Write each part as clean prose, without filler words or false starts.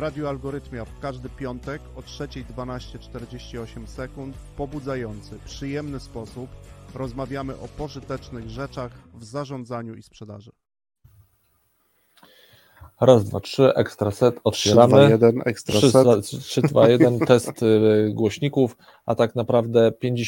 Radiu Algorytmia w każdy piątek o 3:12:48 w pobudzający, przyjemny sposób rozmawiamy o pożytecznych rzeczach w zarządzaniu i sprzedaży. Raz, dwa, trzy, ekstra set, otwieramy. 3, 2, 1, ekstra set. 3, 2, 1, test głośników, a tak naprawdę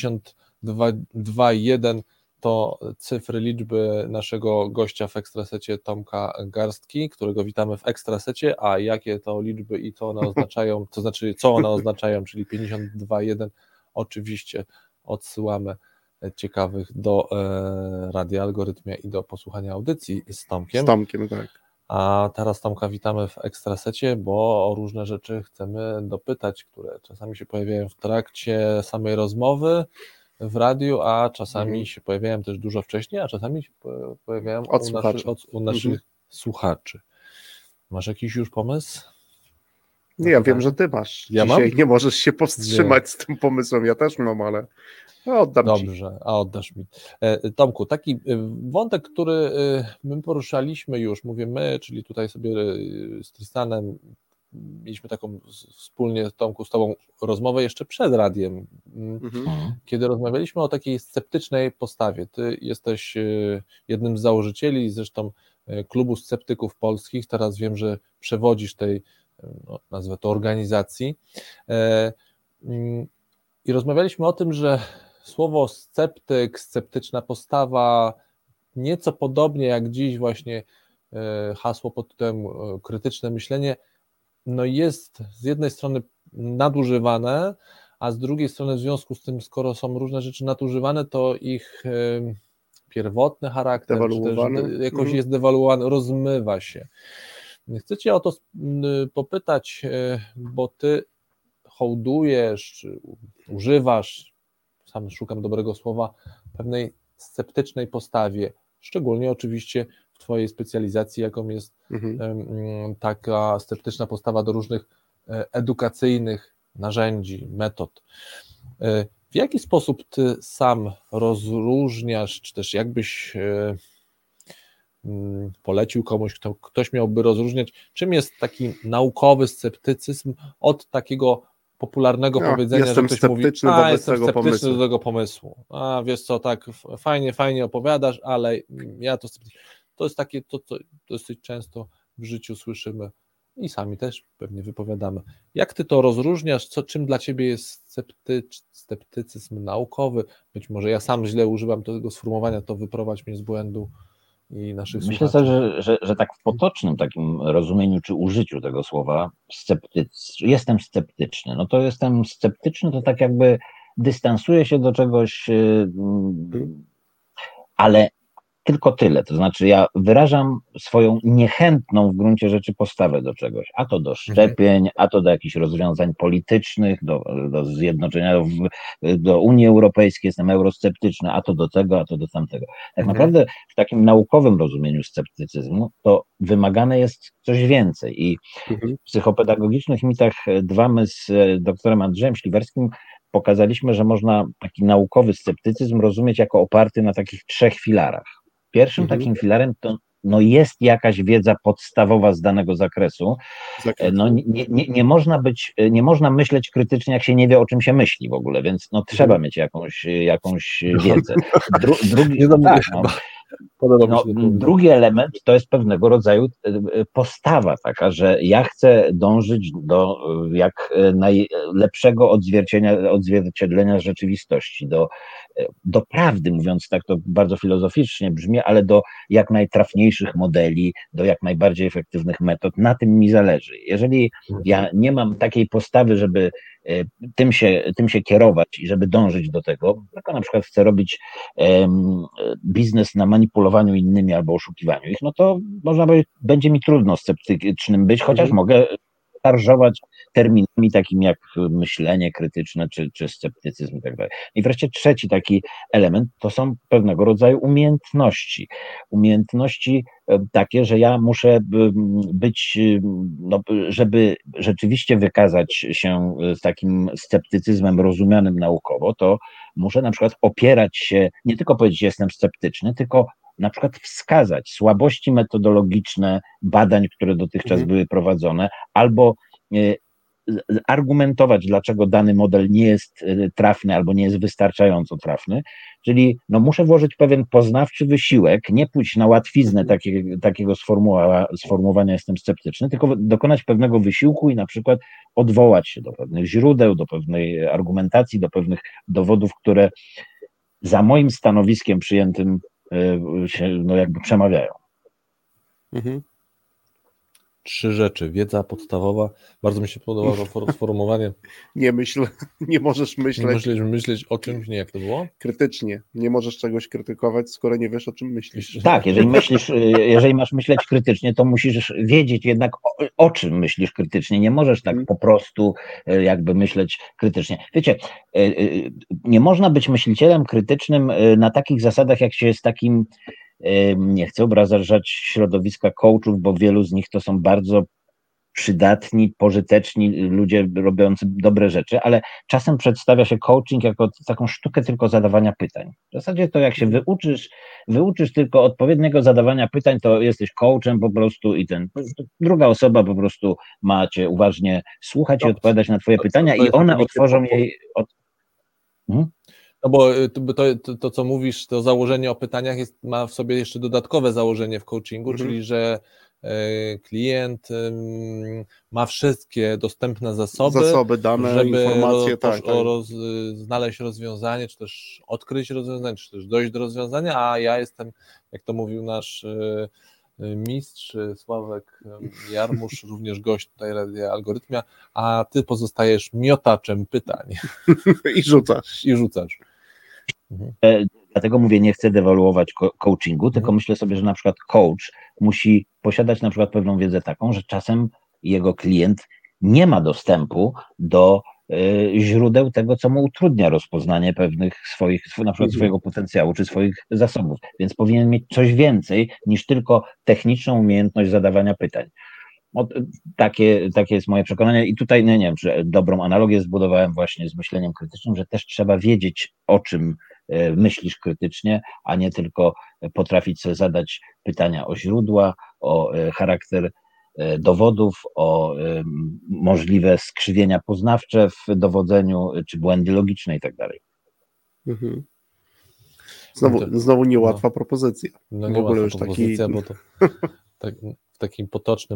52,1 to cyfry, liczby naszego gościa w ekstrasecie Tomka Garstki, którego witamy w ekstrasecie, a jakie to liczby i co one oznaczają, to znaczy co one oznaczają, czyli 52,1 oczywiście odsyłamy ciekawych do Radia Algorytmia i do posłuchania audycji z Tomkiem. Z Tomkiem, tak. A teraz Tomka witamy w ekstrasecie, bo o różne rzeczy chcemy dopytać, które czasami się pojawiają w trakcie samej rozmowy w radiu, a czasami się pojawiają też dużo wcześniej, a czasami się pojawiają u naszych słuchaczy. Masz jakiś już pomysł? Nie, ja wiem, że ty masz. Ja Dzisiaj mam? nie możesz się powstrzymać z tym pomysłem. Ja też mam, ale oddam ci. Dobrze, a oddasz mi. Tomku, taki wątek, który my poruszaliśmy już, mówię my, czyli tutaj sobie z Tristanem mieliśmy taką wspólnie, Tomku, z tobą rozmowę jeszcze przed radiem, kiedy rozmawialiśmy o takiej sceptycznej postawie. Ty jesteś jednym z założycieli, zresztą Klubu Sceptyków Polskich, teraz wiem, że przewodzisz tej, nazwę to, organizacji. I rozmawialiśmy o tym, że słowo sceptyk, sceptyczna postawa, nieco podobnie jak dziś właśnie hasło pod tytułem krytyczne myślenie, no jest z jednej strony nadużywane, a z drugiej strony w związku z tym, skoro są różne rzeczy nadużywane, to ich pierwotny charakter czy też jakoś jest dewaluowany, rozmywa się. Chcę cię o to popytać, bo ty hołdujesz, czy używasz, sam szukam dobrego słowa, pewnej sceptycznej postawie, szczególnie oczywiście w twojej specjalizacji, jaką jest taka sceptyczna postawa do różnych edukacyjnych narzędzi, metod. W jaki sposób ty sam rozróżniasz, czy też jakbyś polecił komuś, ktoś miałby rozróżniać, czym jest taki naukowy sceptycyzm od takiego popularnego powiedzenia, że ktoś mówi, jestem sceptyczny do tego pomysłu. A wiesz co, tak fajnie opowiadasz, ale ja to jest takie, to dosyć często w życiu słyszymy i sami też pewnie wypowiadamy. Jak ty to rozróżniasz? Czym dla ciebie jest sceptycyzm naukowy? Być może ja sam źle używam tego sformułowania, to wyprowadź mnie z błędu i naszych Myślę słuchaczy. że tak w potocznym takim rozumieniu czy użyciu tego słowa jestem sceptyczny. No to jestem sceptyczny, to tak jakby dystansuję się do czegoś, ale tylko tyle, to znaczy ja wyrażam swoją niechętną w gruncie rzeczy postawę do czegoś, a to do szczepień, a to do jakichś rozwiązań politycznych, do zjednoczenia, do Unii Europejskiej, jestem eurosceptyczny, a to do tego, a to do tamtego. Tak naprawdę w takim naukowym rozumieniu sceptycyzmu to wymagane jest coś więcej i w psychopedagogicznych mitach 2 my z doktorem Andrzejem Śliwerskim pokazaliśmy, że można taki naukowy sceptycyzm rozumieć jako oparty na takich 3 filarach. Pierwszym takim filarem to jest jakaś wiedza podstawowa z danego zakresu. Nie można myśleć krytycznie, jak się nie wie, o czym się myśli w ogóle, więc trzeba mieć jakąś wiedzę. Drugi element to jest pewnego rodzaju postawa taka, że ja chcę dążyć do jak najlepszego odzwierciedlenia rzeczywistości, do prawdy, mówiąc tak, to bardzo filozoficznie brzmi, ale do jak najtrafniejszych modeli, do jak najbardziej efektywnych metod. Na tym mi zależy. Jeżeli ja nie mam takiej postawy, żeby tym się kierować i żeby dążyć do tego, tylko na przykład chcę robić biznes na manipulowaniu innymi albo oszukiwaniu ich, no to można powiedzieć, będzie mi trudno sceptycznym być, chociaż mogę szarżować terminami takimi jak myślenie krytyczne czy sceptycyzm i tak dalej. I wreszcie trzeci taki element to są pewnego rodzaju umiejętności. Umiejętności takie, że ja muszę być, żeby rzeczywiście wykazać się z takim sceptycyzmem rozumianym naukowo, to muszę na przykład opierać się, nie tylko powiedzieć, że jestem sceptyczny, tylko na przykład wskazać słabości metodologiczne badań, które dotychczas były prowadzone, albo argumentować, dlaczego dany model nie jest trafny albo nie jest wystarczająco trafny, czyli no, muszę włożyć pewien poznawczy wysiłek, nie pójść na łatwiznę takiego sformułowania jestem sceptyczny, tylko dokonać pewnego wysiłku i na przykład odwołać się do pewnych źródeł, do pewnej argumentacji, do pewnych dowodów, które za moim stanowiskiem przyjętym się no, jakby przemawiają. Mhm. 3 rzeczy. Wiedza podstawowa. Bardzo mi się podoba to sformułowanie. Nie myśl, nie możesz Myśleć o czymś, nie jak to było? krytycznie. Nie możesz czegoś krytykować, skoro nie wiesz, o czym myślisz. Tak, jeżeli masz myśleć krytycznie, to musisz wiedzieć jednak o czym myślisz krytycznie. Nie możesz tak po prostu jakby myśleć krytycznie. Wiecie, nie można być myślicielem krytycznym na takich zasadach, jak się jest takim, nie chcę obrażać środowiska coachów, bo wielu z nich to są bardzo przydatni, pożyteczni ludzie robiący dobre rzeczy, ale czasem przedstawia się coaching jako taką sztukę tylko zadawania pytań. W zasadzie to jak się wyuczysz tylko odpowiedniego zadawania pytań, to jesteś coachem po prostu i druga osoba po prostu ma cię uważnie słuchać i odpowiadać na twoje pytania i one otworzą jej... No bo to, co mówisz, to założenie o pytaniach ma w sobie jeszcze dodatkowe założenie w coachingu, czyli że klient ma wszystkie dostępne zasoby, dane, żeby informacje, znaleźć rozwiązanie, czy też odkryć rozwiązanie, czy też dojść do rozwiązania, a ja jestem, jak to mówił nasz mistrz Sławek Jarmusz, również gość tutaj Radia Algorytmia, a ty pozostajesz miotaczem pytań. I rzucasz. Dlatego mówię, nie chcę dewaluować coachingu, tylko myślę sobie, że na przykład coach musi posiadać na przykład pewną wiedzę taką, że czasem jego klient nie ma dostępu do źródeł tego, co mu utrudnia rozpoznanie pewnych na przykład swojego potencjału czy swoich zasobów, więc powinien mieć coś więcej niż tylko techniczną umiejętność zadawania pytań. Takie jest moje przekonanie i tutaj nie wiem, czy dobrą analogię zbudowałem właśnie z myśleniem krytycznym, że też trzeba wiedzieć, o czym myślisz krytycznie, a nie tylko potrafić sobie zadać pytania o źródła, o charakter dowodów, o możliwe skrzywienia poznawcze w dowodzeniu, czy błędy logiczne i tak dalej. Znowu niełatwa propozycja. No nie łatwa propozycja, bo to tak, w takim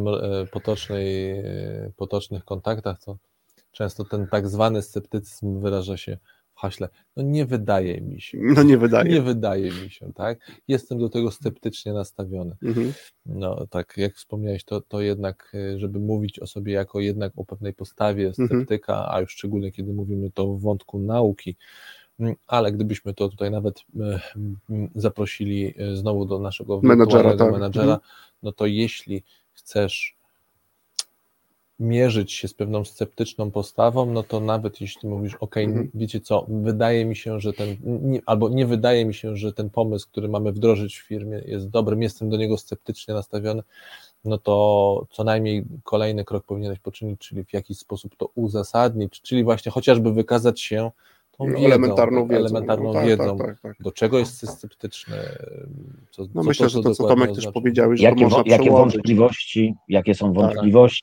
potocznych kontaktach to często ten tak zwany sceptycyzm wyraża się w haśle, no nie wydaje mi się. Nie wydaje mi się, tak? Jestem do tego sceptycznie nastawiony. No tak, jak wspomniałeś, to jednak, żeby mówić o sobie jako jednak o pewnej postawie sceptyka, a już szczególnie kiedy mówimy to w wątku nauki, ale gdybyśmy to tutaj nawet zaprosili znowu do naszego wirtualnego menadżera, no to jeśli chcesz mierzyć się z pewną sceptyczną postawą, no to nawet jeśli mówisz, wiecie co, wydaje mi się, że albo nie wydaje mi się, że ten pomysł, który mamy wdrożyć w firmie jest dobrym, jestem do niego sceptycznie nastawiony, no to co najmniej kolejny krok powinieneś poczynić, czyli w jakiś sposób to uzasadnić, czyli właśnie chociażby wykazać się elementarną wiedzą, do czego jest sceptyczny. Myślę, że to, co Tomek też powiedziałeś, że to można jakie są wątpliwości.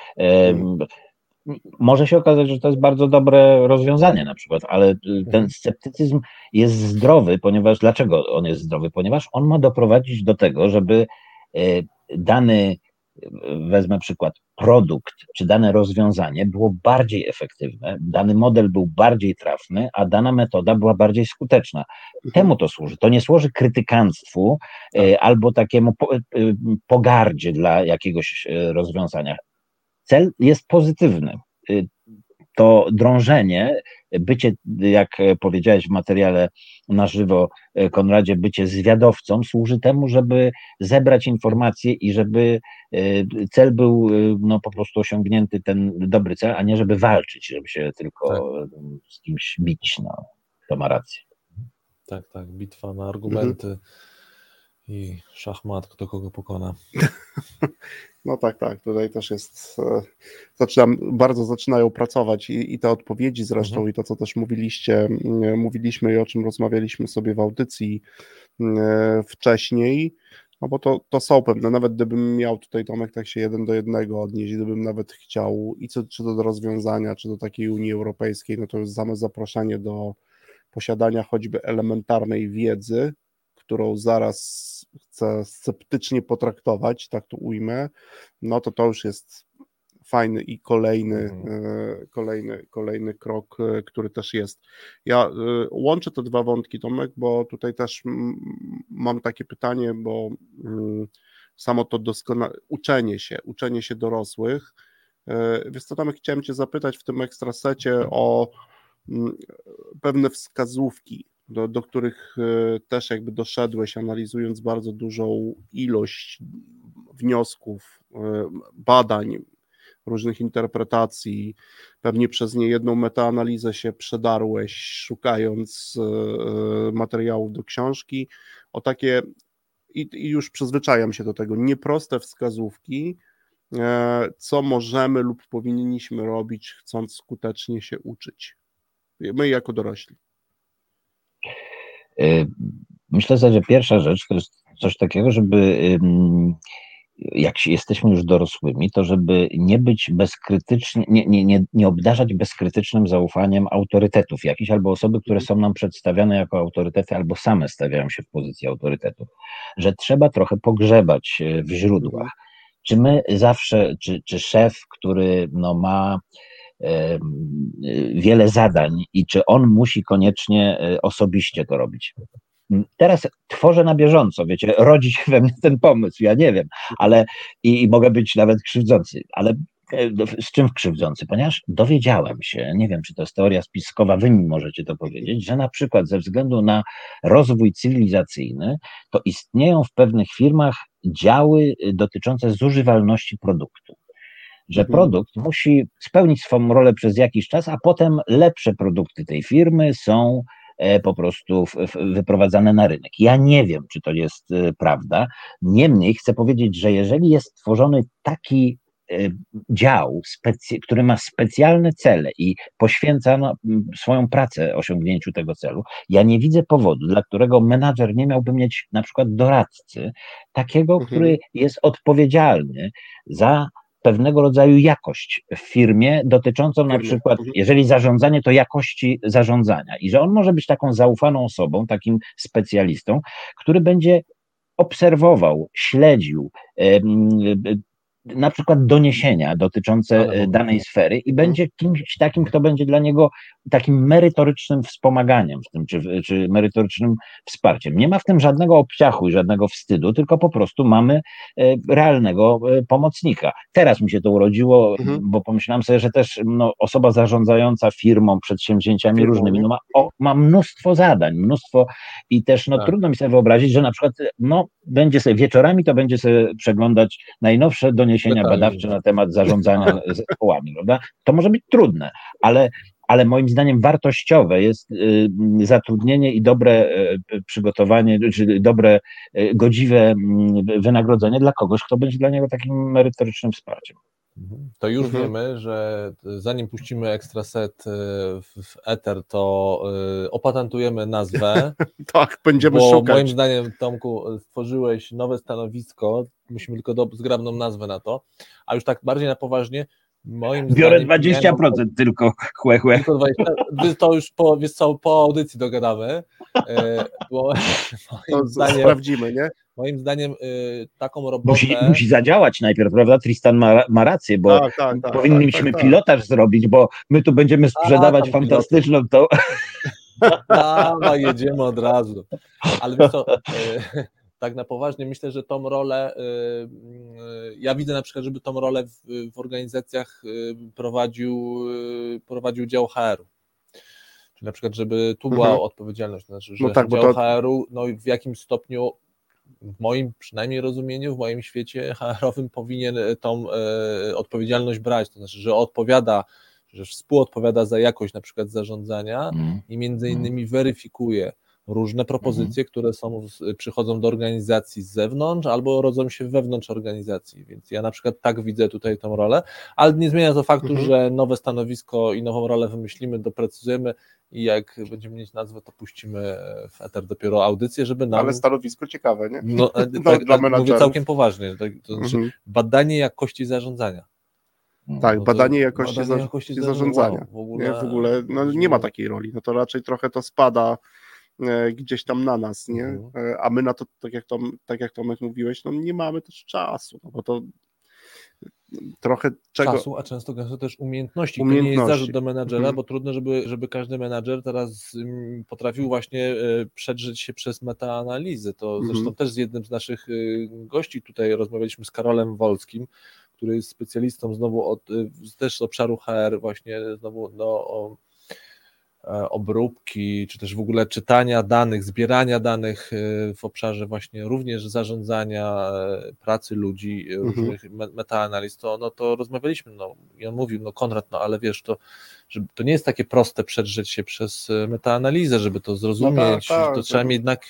Może się okazać, że to jest bardzo dobre rozwiązanie na przykład, ale ten sceptycyzm jest zdrowy, ponieważ dlaczego on jest zdrowy? Ponieważ on ma doprowadzić do tego, żeby dany, wezmę przykład, produkt czy dane rozwiązanie było bardziej efektywne, dany model był bardziej trafny, a dana metoda była bardziej skuteczna. Temu to służy. To nie służy krytykanstwu albo takiemu pogardzie dla jakiegoś rozwiązania. Cel jest pozytywny. To drążenie, bycie, jak powiedziałeś w materiale na żywo, Konradzie, bycie zwiadowcą służy temu, żeby zebrać informacje i żeby cel był po prostu osiągnięty, ten dobry cel, a nie żeby walczyć, żeby się tylko z kimś bić. No, to ma rację. Tak, bitwa na argumenty i szachmat, kto kogo pokona. No tak, tutaj też jest, bardzo zaczynają pracować i te odpowiedzi zresztą i to, co też mówiliśmy i o czym rozmawialiśmy sobie w audycji wcześniej, No bo to są pewne, nawet gdybym miał tutaj, Tomek, tak się 1:1 odnieść, gdybym nawet chciał czy to do rozwiązania, czy do takiej Unii Europejskiej, no to już same zaproszenie do posiadania choćby elementarnej wiedzy, którą zaraz chcę sceptycznie potraktować, tak to ujmę, no to już jest fajny i kolejny krok, który też jest. Ja łączę te dwa wątki, Tomek, bo tutaj też mam takie pytanie, bo samo to uczenie się dorosłych. Wiesz co, Tomek, chciałem Cię zapytać w tym ekstrasecie o pewne wskazówki, do których też jakby doszedłeś, analizując bardzo dużą ilość wniosków, badań, różnych interpretacji, pewnie przez niejedną metaanalizę się przedarłeś, szukając materiałów do książki, o takie, i już przyzwyczajam się do tego, nieproste wskazówki, co możemy lub powinniśmy robić, chcąc skutecznie się uczyć. My jako dorośli. Myślę, że pierwsza rzecz to jest coś takiego, żeby jak jesteśmy już dorosłymi, to żeby nie być bezkrytyczni, nie obdarzać bezkrytycznym zaufaniem autorytetów jakichś, albo osoby, które są nam przedstawiane jako autorytety, albo same stawiają się w pozycji autorytetów, że trzeba trochę pogrzebać w źródłach. Czy my zawsze, czy szef, który ma wiele zadań i czy on musi koniecznie osobiście to robić? Teraz tworzę na bieżąco, wiecie, rodzi się we mnie ten pomysł, ja nie wiem, ale i mogę być nawet krzywdzący, ale z czym krzywdzący? Ponieważ dowiedziałem się, nie wiem, czy to jest teoria spiskowa, wy mi możecie to powiedzieć, że na przykład ze względu na rozwój cywilizacyjny, to istnieją w pewnych firmach działy dotyczące zużywalności produktu. Że produkt musi spełnić swoją rolę przez jakiś czas, a potem lepsze produkty tej firmy są po prostu wyprowadzane na rynek. Ja nie wiem, czy to jest prawda. Niemniej chcę powiedzieć, że jeżeli jest tworzony taki dział, który ma specjalne cele i poświęca swoją pracę osiągnięciu tego celu, ja nie widzę powodu, dla którego menadżer nie miałby mieć na przykład doradcy, takiego, który jest odpowiedzialny za pewnego rodzaju jakość w firmie dotyczącą na przykład, jeżeli zarządzanie, to jakości zarządzania i że on może być taką zaufaną osobą, takim specjalistą, który będzie obserwował, śledził na przykład doniesienia dotyczące danej sfery i będzie kimś takim, kto będzie dla niego takim merytorycznym wspomaganiem w tym, czy merytorycznym wsparciem. Nie ma w tym żadnego obciachu i żadnego wstydu, tylko po prostu mamy realnego pomocnika. Teraz mi się to urodziło, bo pomyślałem sobie, że też osoba zarządzająca firmą, przedsięwzięciami różnymi, ma mnóstwo zadań, i też trudno mi sobie wyobrazić, że na przykład będzie sobie wieczorami to będzie sobie przeglądać najnowsze doniesienia badawcze na temat zarządzania zespołami, prawda? To może być trudne, ale moim zdaniem wartościowe jest zatrudnienie i dobre przygotowanie, czy dobre, godziwe wynagrodzenie dla kogoś, kto będzie dla niego takim merytorycznym wsparciem. To już wiemy, że zanim puścimy Ekstraset w eter, to opatentujemy nazwę. Tak, będziemy bo szukać. Moim zdaniem, Tomku, stworzyłeś nowe stanowisko, musimy tylko zgrabną nazwę na to, a już tak bardziej na poważnie, moim Biorę zdaniem... 20% tylko, Tylko 20%, to już po audycji dogadamy, bo moim zdaniem... Sprawdzimy, nie? Moim zdaniem taką robotę... Musi zadziałać najpierw, prawda? Tristan ma rację, bo powinniśmy pilotaż zrobić, bo my tu będziemy sprzedawać fantastyczną to... Dawaj, jedziemy od razu. Ale wiesz co, tak na poważnie myślę, że tą rolę, ja widzę na przykład, żeby tą rolę w organizacjach prowadził dział HR-u. Czyli na przykład, żeby tu była odpowiedzialność, znaczy, że dział HR-u, w jakimś stopniu, w moim przynajmniej rozumieniu, w moim świecie HR-owym powinien tą odpowiedzialność brać, to znaczy, że współodpowiada za jakość na przykład zarządzania i między innymi weryfikuje różne propozycje, które przychodzą do organizacji z zewnątrz albo rodzą się wewnątrz organizacji, więc ja na przykład tak widzę tutaj tą rolę, ale nie zmienia to faktu, że nowe stanowisko i nową rolę wymyślimy, doprecyzujemy i jak będziemy mieć nazwę, to puścimy w eter dopiero audycję, żeby nam... Ale stanowisko ciekawe, nie? No, dla mówię menadżerów. całkiem poważnie, to znaczy badanie jakości zarządzania. Tak, No badanie jakości zarządzania. Wow, W ogóle no, nie ma takiej roli, no to raczej trochę to spada gdzieś tam na nas, nie? A my na to, tak jak Tomek mówiłeś, no nie mamy też czasu, no bo to trochę czasu, a często też umiejętności. To nie jest zarzut do menadżera, bo trudno, żeby każdy menadżer teraz potrafił właśnie przedrzeć się przez metaanalizy. To zresztą też z jednym z naszych gości tutaj rozmawialiśmy z Karolem Wolskim, który jest specjalistą znowu też z obszaru HR, właśnie znowu o obróbki, czy też w ogóle czytania danych, zbierania danych w obszarze właśnie również zarządzania, pracy ludzi, różnych metaanaliz, to rozmawialiśmy, i on mówił, Konrad, ale wiesz, to nie jest takie proste przedrzeć się przez metaanalizę, żeby to zrozumieć, to trzeba mieć jednak,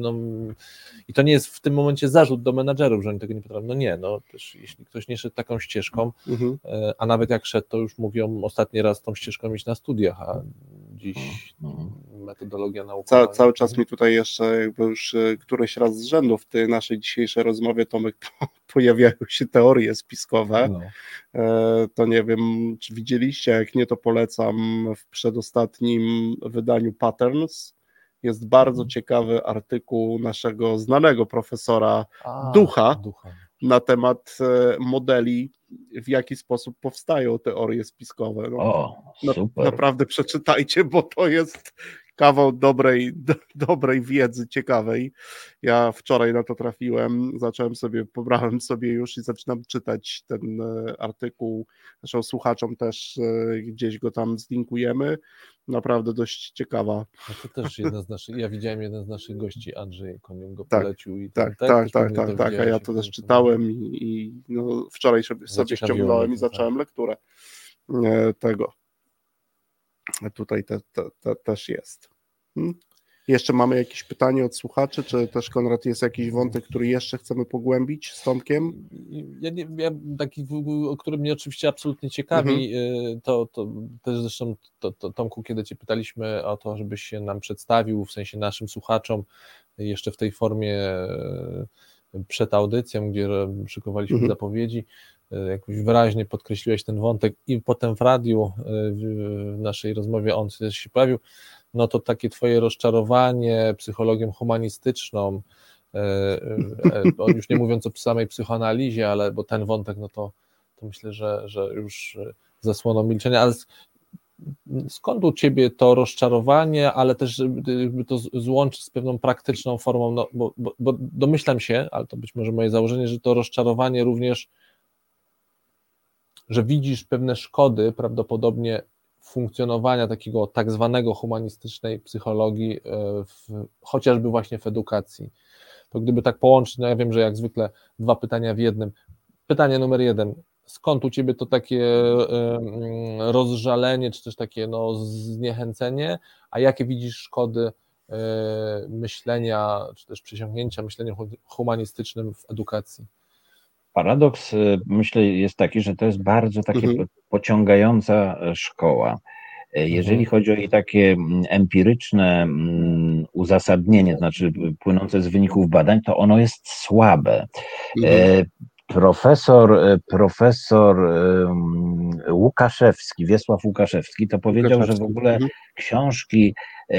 i to nie jest w tym momencie zarzut do menadżerów, że oni tego nie potrafią, też jeśli ktoś nie szedł taką ścieżką, a nawet jak szedł, to już mówią ostatni raz tą ścieżką iść na studiach, a dziś metodologia naukowa. Cały czas mi tutaj jeszcze jakby już któryś raz z rzędu w tej naszej dzisiejszej rozmowie, Tomek, pojawiają się teorie spiskowe. To nie wiem, czy widzieliście, jak nie, to polecam w przedostatnim wydaniu Patterns. Jest bardzo ciekawy artykuł naszego znanego profesora Ducha na temat modeli, w jaki sposób powstają teorie spiskowe. Naprawdę przeczytajcie, bo to jest kawał dobrej wiedzy, ciekawej. Ja wczoraj na to trafiłem, pobrałem sobie już i zaczynam czytać ten artykuł. Zresztą słuchaczom też gdzieś go tam zlinkujemy. Naprawdę dość ciekawa. To też ja widziałem jeden z naszych gości, Andrzej Koniuk go tak, polecił. I tak, a ja to też czytałem i wczoraj sobie ściągnąłem i zacząłem lekturę tego. Tutaj też jest. Jeszcze mamy jakieś pytanie od słuchaczy, czy też, Konrad, jest jakiś wątek, który jeszcze chcemy pogłębić z Tomkiem? Ja taki, który mnie oczywiście absolutnie ciekawi, to też zresztą Tomku, kiedy Cię pytaliśmy o to, żebyś się nam przedstawił, w sensie naszym słuchaczom, jeszcze w tej formie przed audycją, gdzie szykowaliśmy zapowiedzi, jakoś wyraźnie podkreśliłeś ten wątek i potem w radiu w naszej rozmowie on też się pojawił, to takie twoje rozczarowanie psychologią humanistyczną, już nie mówiąc o samej psychoanalizie, ale bo ten wątek, to myślę, że już zasłoną milczenia, ale skąd u Ciebie to rozczarowanie, ale też żeby to złączyć z pewną praktyczną formą, bo domyślam się, ale to być może moje założenie, że to rozczarowanie również, że widzisz pewne szkody prawdopodobnie funkcjonowania takiego tak zwanego humanistycznej psychologii, chociażby właśnie w edukacji. To gdyby tak połączyć, ja wiem, że jak zwykle dwa pytania w jednym. Pytanie numer 1. Skąd u Ciebie to takie rozżalenie, czy też takie zniechęcenie, a jakie widzisz szkody myślenia, czy też przysiągnięcia myśleniem humanistycznym w edukacji? Paradoks, myślę, jest taki, że to jest bardzo takie pociągająca szkoła. Jeżeli chodzi o jej takie empiryczne uzasadnienie, znaczy płynące z wyników badań, to ono jest słabe. Profesor Łukaszewski, Wiesław Łukaszewski, to powiedział, że w ogóle książki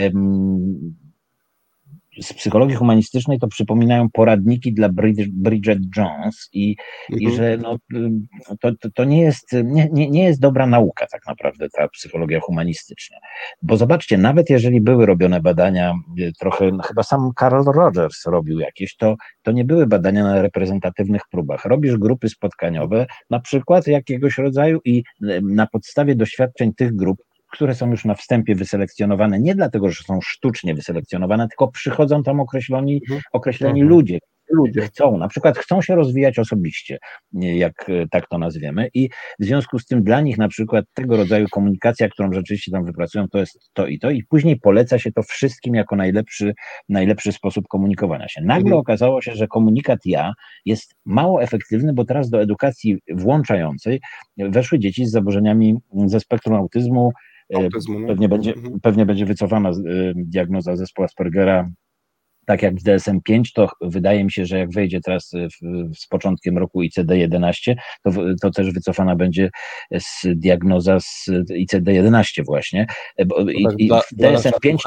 z psychologii humanistycznej to przypominają poradniki dla Bridget Jones i że to nie jest dobra nauka tak naprawdę ta psychologia humanistyczna. Bo zobaczcie, nawet jeżeli były robione badania, trochę chyba sam Carl Rogers robił jakieś, to nie były badania na reprezentatywnych próbach. Robisz grupy spotkaniowe, na przykład jakiegoś rodzaju i na podstawie doświadczeń tych grup, które są już na wstępie wyselekcjonowane, nie dlatego, że są sztucznie wyselekcjonowane, tylko przychodzą tam określeni ludzie na przykład chcą się rozwijać osobiście, jak tak to nazwiemy, i w związku z tym dla nich na przykład tego rodzaju komunikacja, którą rzeczywiście tam wypracują, to jest to i później poleca się to wszystkim jako najlepszy sposób komunikowania się. Nagle okazało się, że komunikat jest mało efektywny, bo teraz do edukacji włączającej weszły dzieci z zaburzeniami ze spektrum autyzmu, Autyzmu, no. Pewnie będzie wycofana diagnoza zespołu Aspergera, tak jak w DSM-5, to wydaje mi się, że jak wejdzie teraz z początkiem roku ICD-11, to też wycofana będzie diagnoza z ICD-11 właśnie. Dla DSM-5...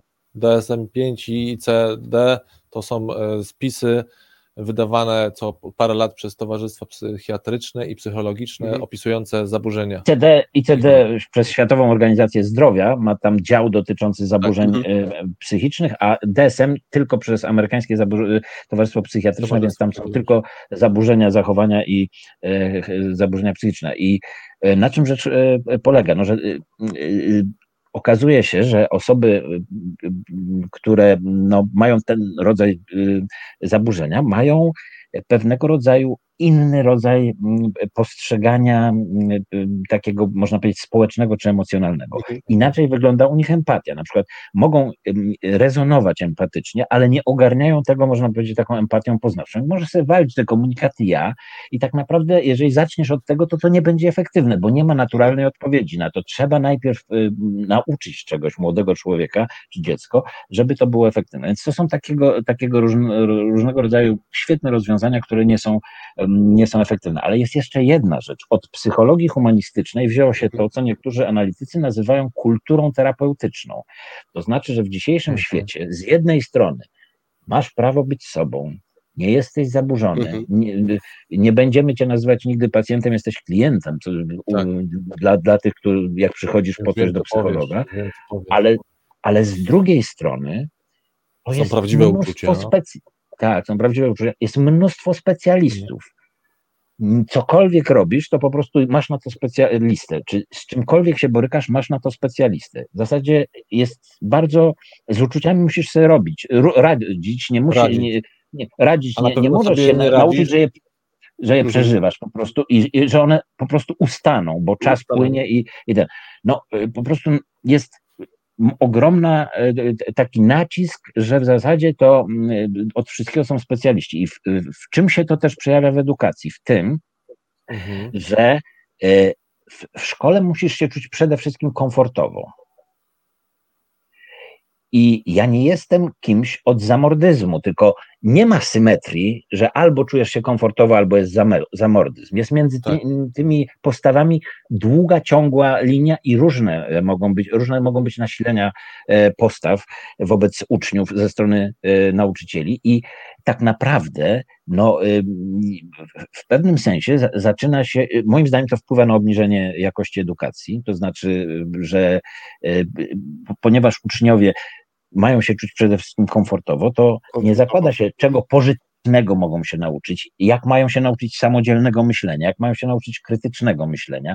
DSM-5 i ICD to są spisy wydawane co parę lat przez towarzystwa psychiatryczne i psychologiczne opisujące zaburzenia. ICD przez Światową Organizację Zdrowia ma tam dział dotyczący zaburzeń psychicznych, a DSM tylko przez Amerykańskie Towarzystwo Psychiatryczne, więc tam są tylko zaburzenia zachowania i zaburzenia psychiczne. I na czym rzecz polega? No, że okazuje się, że osoby, które mają ten rodzaj zaburzenia, mają pewnego rodzaju inny rodzaj postrzegania takiego, można powiedzieć, społecznego czy emocjonalnego. Inaczej wygląda u nich empatia. Na przykład mogą rezonować empatycznie, ale nie ogarniają tego, można powiedzieć, taką empatią poznawczą. Możesz sobie walić te komunikaty ja i tak naprawdę, jeżeli zaczniesz od tego, to nie będzie efektywne, bo nie ma naturalnej odpowiedzi na to. Trzeba najpierw nauczyć czegoś młodego człowieka czy dziecko, żeby to było efektywne. Więc to są takiego różnego rodzaju świetne rozwiązania, które nie są efektywne. Ale jest jeszcze jedna rzecz. Od psychologii humanistycznej wzięło się to, co niektórzy analitycy nazywają kulturą terapeutyczną. To znaczy, że w dzisiejszym świecie z jednej strony masz prawo być sobą, nie jesteś zaburzony, nie będziemy cię nazywać nigdy pacjentem, jesteś klientem, dla tych, jak przychodzisz po coś do psychologa, ale z drugiej strony to są jest prawdziwe uczucia. Tak, są prawdziwe uczucia. Jest mnóstwo specjalistów. Cokolwiek robisz, to po prostu masz na to specjalistę. Czy z czymkolwiek się borykasz, masz na to specjalistę. W zasadzie jest bardzo... Z uczuciami musisz sobie radzić, nie możesz się nauczyć, że je przeżywasz po prostu i że one po prostu ustaną, bo czas płynie i ten. No, po prostu jest ogromna taki nacisk, że w zasadzie to od wszystkiego są specjaliści. I w czym się to też przejawia w edukacji? W tym, że w szkole musisz się czuć przede wszystkim komfortowo. I ja nie jestem kimś od zamordyzmu, tylko nie ma symetrii, że albo czujesz się komfortowo, albo jest zamordyzm. Jest między tymi postawami długa, ciągła linia i różne mogą być nasilenia postaw wobec uczniów ze strony nauczycieli. I tak naprawdę w pewnym sensie zaczyna się, moim zdaniem to wpływa na obniżenie jakości edukacji, to znaczy, że ponieważ uczniowie mają się czuć przede wszystkim komfortowo, to nie zakłada się, czego pożytecznego mogą się nauczyć, jak mają się nauczyć samodzielnego myślenia, jak mają się nauczyć krytycznego myślenia.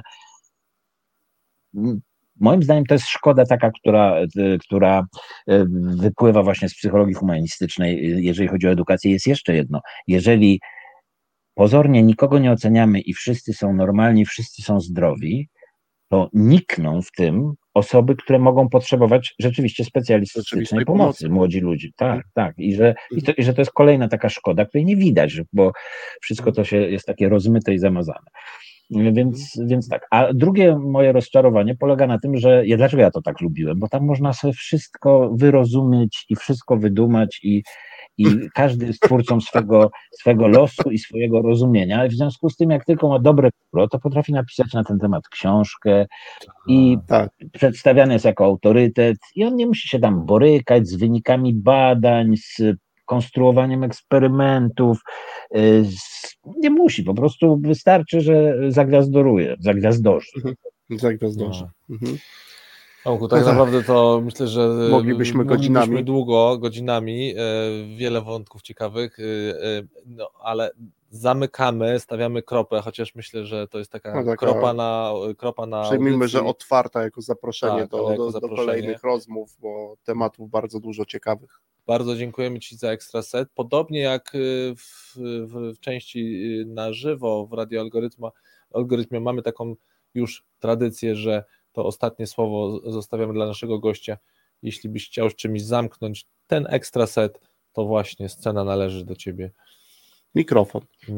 Moim zdaniem to jest szkoda taka, która wypływa właśnie z psychologii humanistycznej, jeżeli chodzi o edukację. Jest jeszcze jedno. Jeżeli pozornie nikogo nie oceniamy i wszyscy są normalni, wszyscy są zdrowi, to nikną w tym osoby, które mogą potrzebować rzeczywiście specjalistycznej pomocy, młodzi ludzie. Tak. I że to jest kolejna taka szkoda, której nie widać, bo wszystko to jest takie rozmyte i zamazane. Więc tak. A drugie moje rozczarowanie polega na tym, że dlaczego ja to tak lubiłem? Bo tam można sobie wszystko wyrozumieć i wszystko wydumać i każdy jest twórcą swego losu i swojego rozumienia. W związku z tym, jak tylko ma dobre pióro, to potrafi napisać na ten temat książkę i przedstawiany jest jako autorytet i on nie musi się tam borykać z wynikami badań, z konstruowaniem eksperymentów. Nie musi, po prostu wystarczy, że zagwiazdorzy. Tomku, tak naprawdę to myślę, że moglibyśmy godzinami, wiele wątków ciekawych, ale zamykamy, stawiamy kropę, chociaż myślę, że to jest taka kropa na przyjmijmy, audycji. że otwarta jako zaproszenie do kolejnych rozmów, bo tematów bardzo dużo ciekawych. Bardzo dziękujemy Ci za Ekstra Set. Podobnie jak w części na żywo w Radio Algorytmie mamy taką już tradycję, że to ostatnie słowo zostawiamy dla naszego gościa. Jeśli byś chciał z czymś zamknąć ten Ekstra Set, to właśnie scena należy do Ciebie. Mikrofon.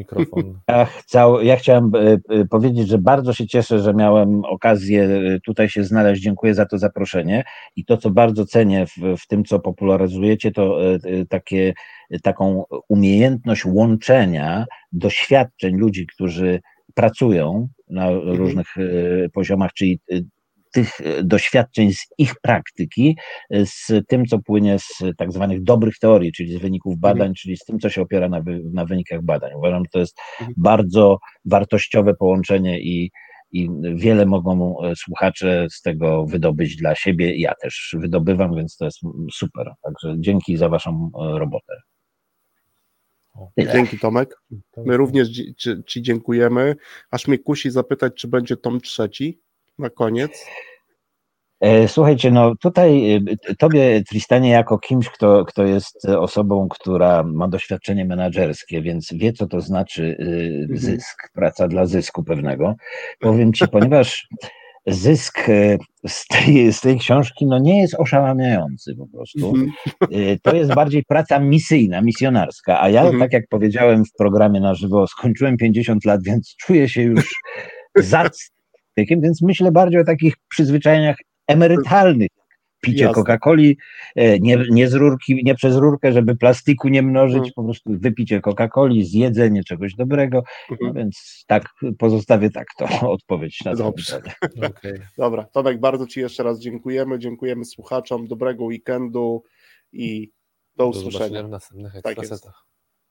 Ja chciałem powiedzieć, że bardzo się cieszę, że miałem okazję tutaj się znaleźć. Dziękuję za to zaproszenie i to, co bardzo cenię w tym, co popularyzujecie, to taką umiejętność łączenia doświadczeń ludzi, którzy pracują na różnych poziomach, czyli tych doświadczeń z ich praktyki, z tym, co płynie z tak zwanych dobrych teorii, czyli z wyników badań, czyli z tym, co się opiera na wynikach badań. Uważam, że to jest bardzo wartościowe połączenie i wiele mogą słuchacze z tego wydobyć dla siebie. Ja też wydobywam, więc to jest super. Także dzięki za waszą robotę. Tyle. Dzięki, Tomek. My również ci dziękujemy. Aż mnie kusi zapytać, czy będzie tom 3 na koniec. Słuchajcie, no tutaj tobie, Tristanie, jako kimś, kto jest osobą, która ma doświadczenie menadżerskie, więc wie, co to znaczy zysk, praca dla zysku pewnego. Powiem ci, ponieważ zysk z tej książki no nie jest oszałamiający po prostu. To jest bardziej praca misyjna, misjonarska, a ja, tak jak powiedziałem w programie na żywo, skończyłem 50 lat, więc czuję się już za wiekiem, więc myślę bardziej o takich przyzwyczajeniach emerytalnych. Picie Coca-Coli, nie z rurki, nie przez rurkę, żeby plastiku nie mnożyć, po prostu wypicie Coca-Coli, zjedzenie czegoś dobrego, no więc tak, pozostawię tak to odpowiedź na to pytanie. Okay. Dobra, Tomek, bardzo ci jeszcze raz dziękujemy słuchaczom, dobrego weekendu i do usłyszenia w następnych tak Ekstrasetach.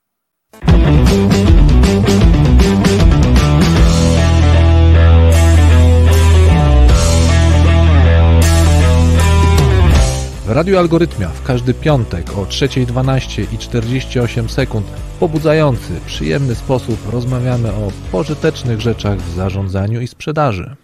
W Radiu Algorytmia w każdy piątek o 3:12 i 48 sekund w pobudzający, przyjemny sposób rozmawiamy o pożytecznych rzeczach w zarządzaniu i sprzedaży.